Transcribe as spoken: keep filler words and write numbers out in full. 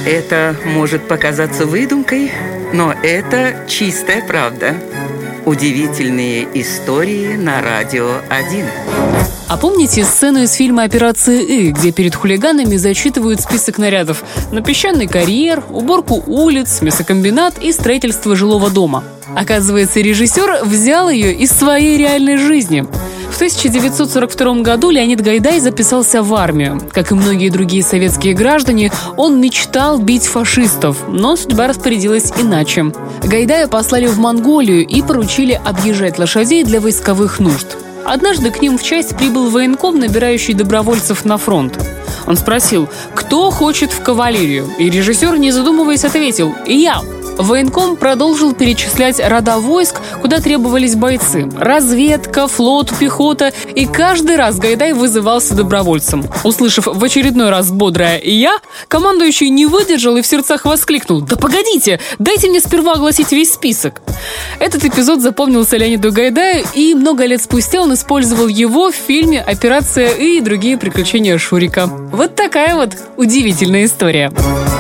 Это может показаться выдумкой, но это чистая правда. Удивительные истории на Радио один. А помните сцену из фильма «Операция И», где перед хулиганами зачитывают список нарядов на песчаный карьер, уборку улиц, мясокомбинат и строительство жилого дома? Оказывается, режиссер взял ее из своей реальной жизни. В тысяча девятьсот сорок втором году Леонид Гайдай записался в армию. Как и многие другие советские граждане, он мечтал бить фашистов, но судьба распорядилась иначе. Гайдая послали в Монголию и поручили объезжать лошадей для войсковых нужд. Однажды к ним в часть прибыл военком, набирающий добровольцев на фронт. Он спросил, кто хочет в кавалерию, и режиссер, не задумываясь, ответил «Я». Военком продолжил перечислять рода войск, куда требовались бойцы. Разведка, флот, пехота. И каждый раз Гайдай вызывался добровольцем. Услышав в очередной раз бодрое «Я», командующий не выдержал и в сердцах воскликнул: «Да погодите, дайте мне сперва огласить весь список». Этот эпизод запомнился Леониду Гайдаю, и много лет спустя он использовал его в фильме «Операция И» и другие приключения Шурика. Вот такая вот удивительная история.